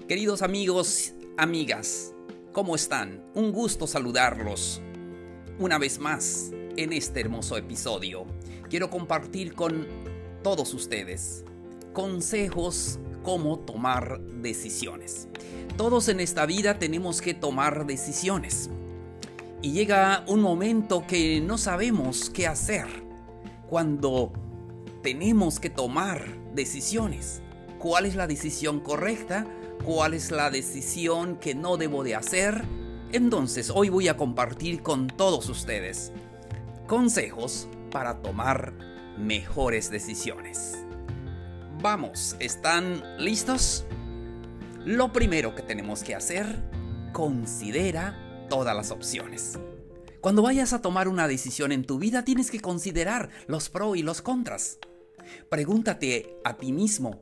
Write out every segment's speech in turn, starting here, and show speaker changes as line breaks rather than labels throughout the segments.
Queridos amigos, amigas, ¿cómo están? Un gusto saludarlos una vez más en este hermoso episodio. Quiero compartir con todos ustedes consejos cómo tomar decisiones. Todos en esta vida tenemos que tomar decisiones. Y llega un momento que no sabemos qué hacer cuando tenemos que tomar decisiones. ¿Cuál es la decisión correcta? ¿Cuál es la decisión que no debo de hacer? Entonces, hoy voy a compartir con todos ustedes consejos para tomar mejores decisiones. Vamos, ¿están listos? Lo primero que tenemos que hacer, considera todas las opciones. Cuando vayas a tomar una decisión en tu vida, tienes que considerar los pros y los contras. Pregúntate a ti mismo,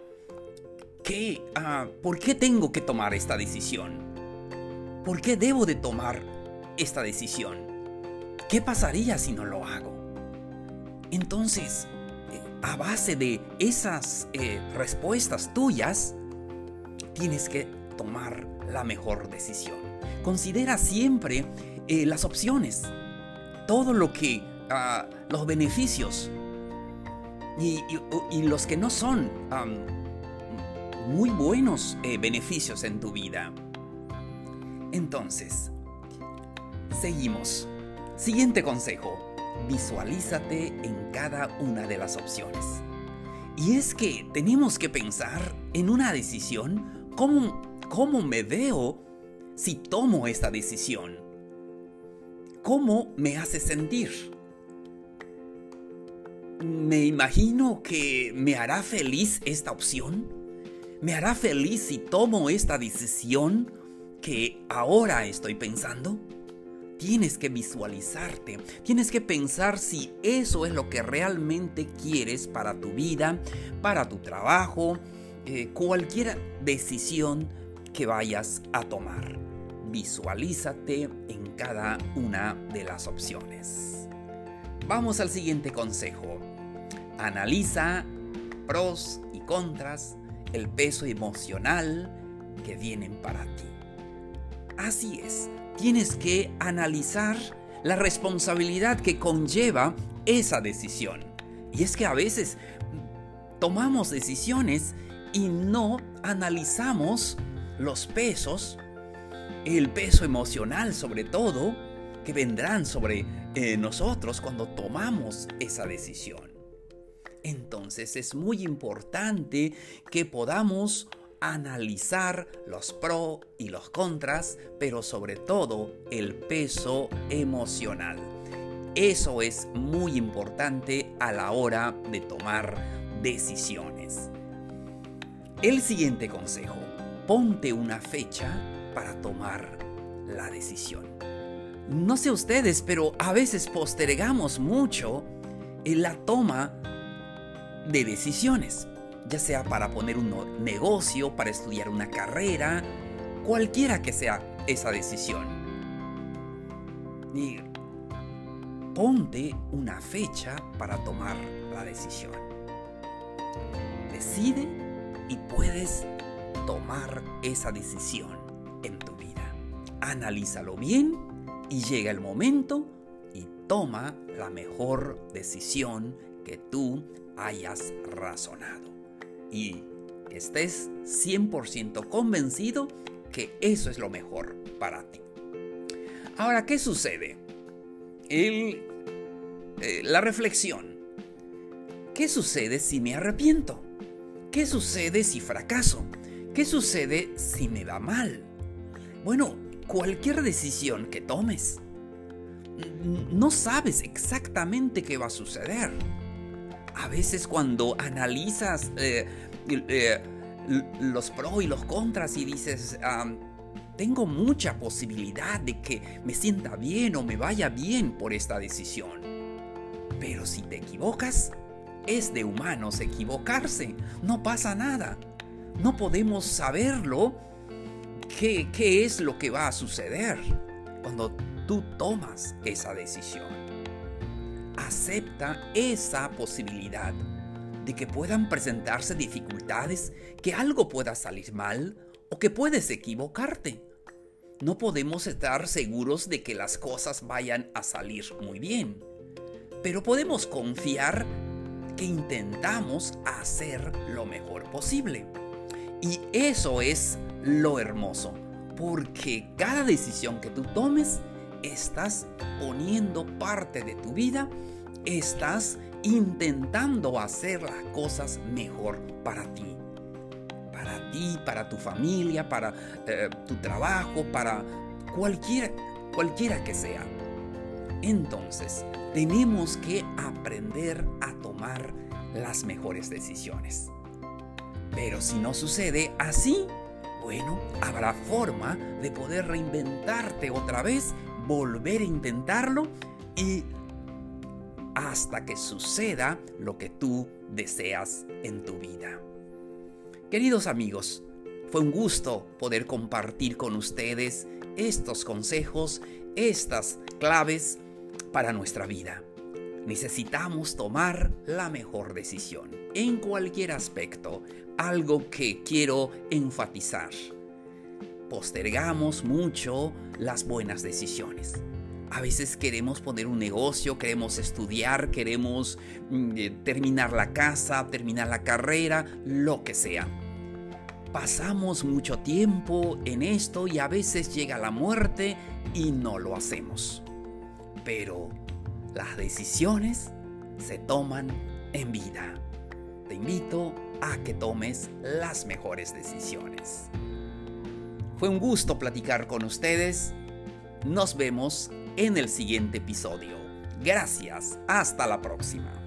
¿por qué tengo que tomar esta decisión? ¿Por qué debo de tomar esta decisión? ¿Qué pasaría si no lo hago? Entonces, a base de esas respuestas tuyas, tienes que tomar la mejor decisión. Considera siempre las opciones, todo lo que, los beneficios y los que no son muy buenos beneficios en tu vida. Entonces, seguimos. Siguiente consejo: visualízate en cada una de las opciones. Y es que tenemos que pensar en una decisión, ¿cómo me veo si tomo esta decisión? ¿Cómo me hace sentir? ¿Me imagino que me hará feliz esta opción? ¿Me hará feliz si tomo esta decisión que ahora estoy pensando? Tienes que visualizarte, tienes que pensar si eso es lo que realmente quieres para tu vida, para tu trabajo, cualquier decisión que vayas a tomar. Visualízate en cada una de las opciones. Vamos al siguiente consejo. Analiza pros y contras, el peso emocional que vienen para ti. Así es, tienes que analizar la responsabilidad que conlleva esa decisión. Y es que a veces tomamos decisiones y no analizamos los pesos, el peso emocional sobre todo, que vendrán sobre nosotros cuando tomamos esa decisión. Entonces es muy importante que podamos analizar los pros y los contras, pero sobre todo el peso emocional. Eso es muy importante a la hora de tomar decisiones. El siguiente consejo: ponte una fecha para tomar la decisión. No sé ustedes, pero a veces postergamos mucho la toma de decisiones, ya sea para poner un negocio, para estudiar una carrera, cualquiera que sea esa decisión. Y ponte una fecha para tomar la decisión. Decide y puedes tomar esa decisión en tu vida. Analízalo bien y llega el momento y toma la mejor decisión que tú hayas razonado. Y estés 100% convencido que eso es lo mejor para ti. Ahora, ¿qué sucede? La reflexión. ¿Qué sucede si me arrepiento? ¿Qué sucede si fracaso? ¿Qué sucede si me va mal? Bueno, cualquier decisión que tomes, no sabes exactamente qué va a suceder. A veces cuando analizas los pros y los contras y dices, tengo mucha posibilidad de que me sienta bien o me vaya bien por esta decisión. Pero si te equivocas, es de humanos equivocarse, no pasa nada. No podemos saberlo, qué es lo que va a suceder cuando tú tomas esa decisión. Acepta esa posibilidad de que puedan presentarse dificultades, que algo pueda salir mal o que puedes equivocarte. No podemos estar seguros de que las cosas vayan a salir muy bien, pero podemos confiar que intentamos hacer lo mejor posible. Y eso es lo hermoso, porque cada decisión que tú tomes, estás poniendo parte de tu vida, estás intentando hacer las cosas mejor para ti, para tu familia, para tu trabajo, para cualquiera que sea. Entonces, tenemos que aprender a tomar las mejores decisiones. Pero si no sucede así, bueno, habrá forma de poder reinventarte otra vez, volver a intentarlo y hasta que suceda lo que tú deseas en tu vida. Queridos amigos, fue un gusto poder compartir con ustedes estos consejos, estas claves para nuestra vida. Necesitamos tomar la mejor decisión en cualquier aspecto. Algo que quiero enfatizar: postergamos mucho las buenas decisiones. A veces queremos poner un negocio, queremos estudiar, queremos terminar la casa, terminar la carrera, lo que sea. Pasamos mucho tiempo en esto y a veces llega la muerte y no lo hacemos. Pero las decisiones se toman en vida. Te invito a que tomes las mejores decisiones. Fue un gusto platicar con ustedes. Nos vemos en el siguiente episodio. Gracias. Hasta la próxima.